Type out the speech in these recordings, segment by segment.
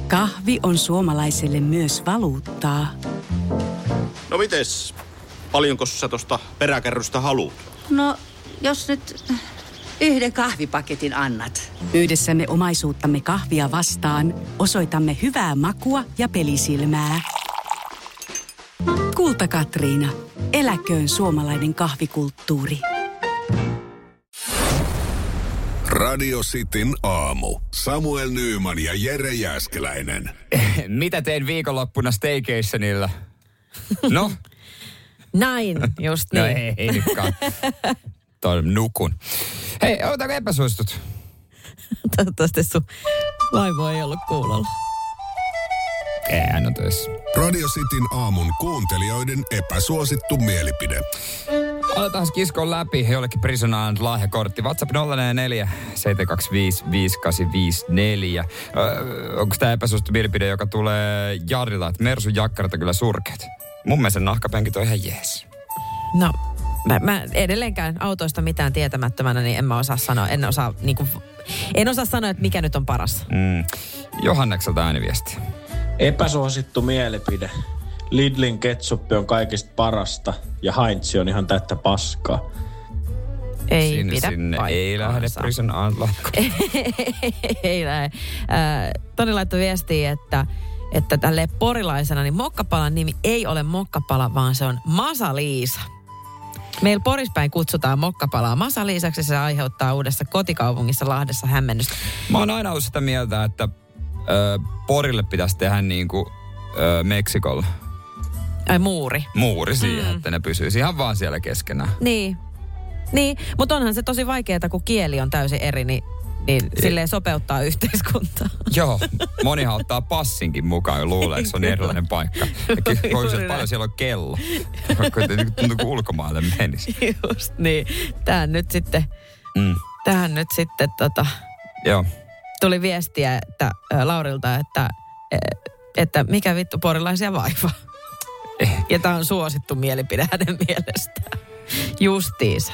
Kahvi on suomalaiselle myös valuuttaa. No mites? Paljonko sä tosta peräkärrystä haluat? No, jos nyt yhden kahvipaketin annat. Yhdessämme omaisuuttamme kahvia vastaan osoitamme hyvää makua ja pelisilmää. Kulta Katriina. Eläköön suomalainen kahvikulttuuri. Radio Cityn aamu. Samuel Nyyman ja Jere Jääskeläinen. Mitä tein viikonloppuna staycationilla? No? Näin, just niin. No ei nytkaan. Toi nukun. Hei, otetaanko epäsuositut? Toivottavasti sun vaimo ei ollut kuulolla. Ei, hän on töissä. Radio Cityn aamun kuuntelijoiden epäsuosittu mielipide. Aletaan kiskon läpi jollekin Prison Island lahjakortti. WhatsApp 044 725 5854. Onko tämä epäsuosittu mielipide, joka tulee Jarilla, että Mersun jakkarat on kyllä surkeat? Mun mielestä nahkapenkit on ihan jees. No, mä edelleenkään autoista mitään tietämättömänä, niin en mä osaa sanoa. En osaa sanoa, että mikä nyt on paras. Johannekselta ääniviesti. Epäsuosittu mielipide. Lidlin ketsuppi on kaikista parasta ja Heinz on ihan täyttä paskaa. Ei sinne ei lähde Prison Island. Ei lähde. Toni laittoi viestiä, että tälle porilaisena, niin mokkapalan nimi ei ole mokkapala, vaan se on Masa-Liisa. Meillä Porispäin kutsutaan mokkapalaa Masa-Liisaksi, se aiheuttaa uudessa kotikaupungissa Lahdessa hämmennystä. Mä oon aina ollut sitä mieltä, että Porille pitäisi tehdä niin kuin Meksikolla. Ai muuri. Muuri siihen, että ne pysyisi ihan vaan siellä keskenään. Niin, mutta onhan se tosi vaikeaa, kun kieli on täysin eri, niin silleen sopeuttaa yhteiskuntaa. Joo, monihan ottaa passinkin mukaan ja luulee, että se on erilainen paikka. Paljon siellä on kello, tuntuu kuin ulkomaille menisi. Just niin. Tähän nyt sitten Joo. Tuli viestiä että Laurilta, että mikä vittu porilaisia vaivaa. Ja tämä on suosittu mielipide hänen mielestään. Justiinsa.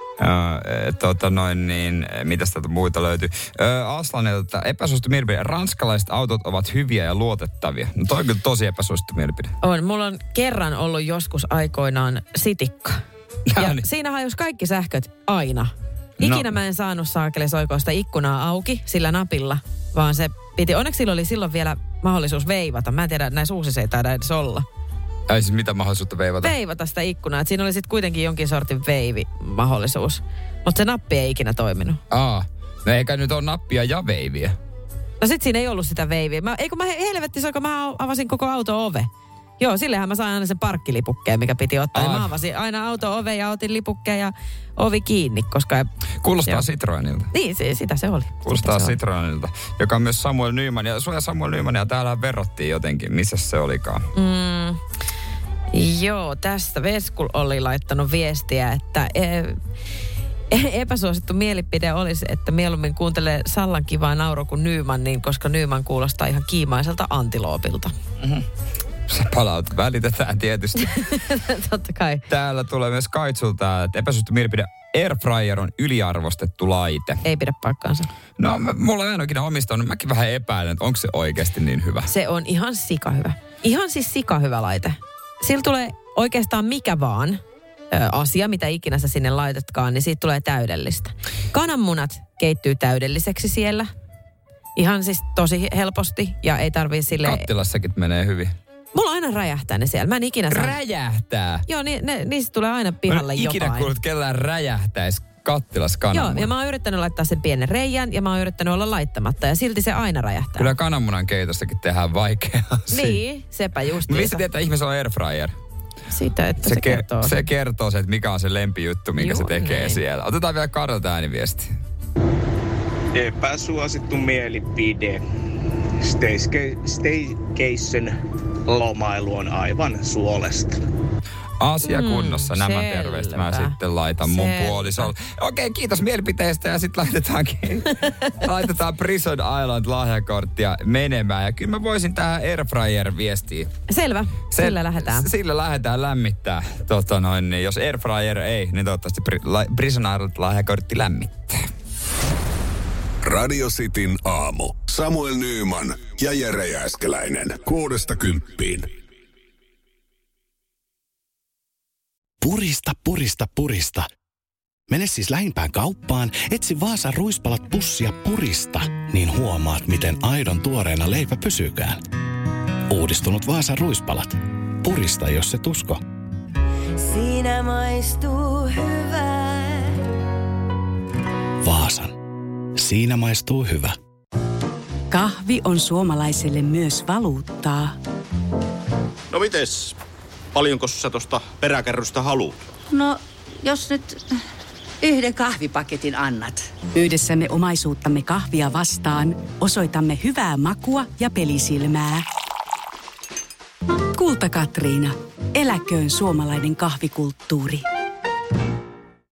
Mitäs täältä muita löytyy? Aslanilta epäsuosittu mielipide. Ranskalaiset autot ovat hyviä ja luotettavia. No toi on kyllä tosi epäsuosittu mielipide. On. Mulla on kerran ollut joskus aikoinaan sitikka. Ja siinä hajosi kaikki sähköt aina. Ikinä mä en saanut saakeli soikoista ikkunaa auki sillä napilla, vaan se piti, onneksi sillä oli silloin vielä mahdollisuus veivata. Mä en tiedä, näissä uusissa ei taida edes olla. Ai siis mitä mahdollisuutta veivata? Veivata sitä ikkunaa, että siinä oli sitten kuitenkin jonkin sortin veivimahdollisuus. Mutta se nappi ei ikinä toiminut. No eikä nyt ole nappia ja veiviä. No sit siinä ei ollut sitä veiviä. Mä avasin koko auto ove. Joo, sillehän mä sain aina sen parkkilipukkeen, mikä piti ottaa. Mä avasin aina auto ove ja otin lipukkeen ja ovi kiinni, koska... Kuulostaa Citroenilta. Niin, sitä se oli. Kuulostaa Citroenilta, joka on myös Samuel Nyyman. Ja sua ja Samuel Nyyman täällä verrattiin jotenkin. Missä se olikaan? Joo, tästä Veskul oli laittanut viestiä, että epäsuosittu mielipide olisi, että mieluummin kuuntelee Sallan kivaa naurua kuin Nyymanin, koska Nyyman kuulostaa ihan kiimaiselta antiloopilta. Se palaut välitetään tietysti. Totta kai. Täällä tulee myös Kaitsulta, että epäsuosittu mielipide. Airfryer on yliarvostettu laite. Ei pidä paikkaansa. No, mulla en ikinä omistanut. Mäkin vähän epäilen, että onko se oikeasti niin hyvä. Se on ihan sikahyvä. Ihan siis sikahyvä laite. Sillä tulee oikeastaan mikä vaan asia, mitä ikinä sä sinne laitetkaan, niin siitä tulee täydellistä. Kananmunat keittyy täydelliseksi siellä. Ihan siis tosi helposti ja ei tarvii silleen... Kattilassakin menee hyvin. Mulla aina räjähtää ne siellä. Mä en ikinä saa... Räjähtää? Joo, niistä tulee aina pihalle jotain. Ikinä kuullut, kellään räjähtäisi kattilas kananmunan. Joo, ja mä oon yrittänyt laittaa sen pienen reijän ja mä oon yrittänyt olla laittamatta ja silti se aina räjähtää. Kyllä kananmunan keitossakin tehdään vaikeaa. Niin, sepä justiinsa. Mistä tietää, että ihmisellä on airfryer? Sitä, että se kertoo. Se kertoo se, että mikä on se lempijuttu, minkä se tekee siellä. Otetaan vielä Karolta ääniviesti. Epäsuosittu mielipide. Staycation lomailu on aivan suolesta. Asia kunnossa. Nämä terveiset mä sitten laitan mun puolisolle. Okei, kiitos mielipiteestä ja sitten laitetaan Prison Island lahjakorttia menemään. Ja kyllä mä voisin tähän Airfryer viestiä. Selvä, sillä lähdetään. Sillä lähdetään lämmittää. Niin jos Airfryer ei, niin toivottavasti Prison Island lahjakortti lämmittää. Radio Cityn aamu. Samuel Nyyman ja Jere Jääskeläinen. 6–10. Purista, purista, purista. Mene siis lähimpään kauppaan, etsi Vaasan ruispalat pussia purista, niin huomaat, miten aidon tuoreena leipä pysykään. Uudistunut Vaasan ruispalat. Purista, jos se usko. Siinä maistuu hyvää. Vaasan. Siinä maistuu hyvä. Kahvi on suomalaiselle myös valuuttaa. No mites? Paljonko sä tosta peräkärrystä haluat? No, jos nyt yhden kahvipaketin annat. Yhdessämme omaisuuttamme kahvia vastaan osoitamme hyvää makua ja pelisilmää. Kulta Katriina. Eläköön suomalainen kahvikulttuuri.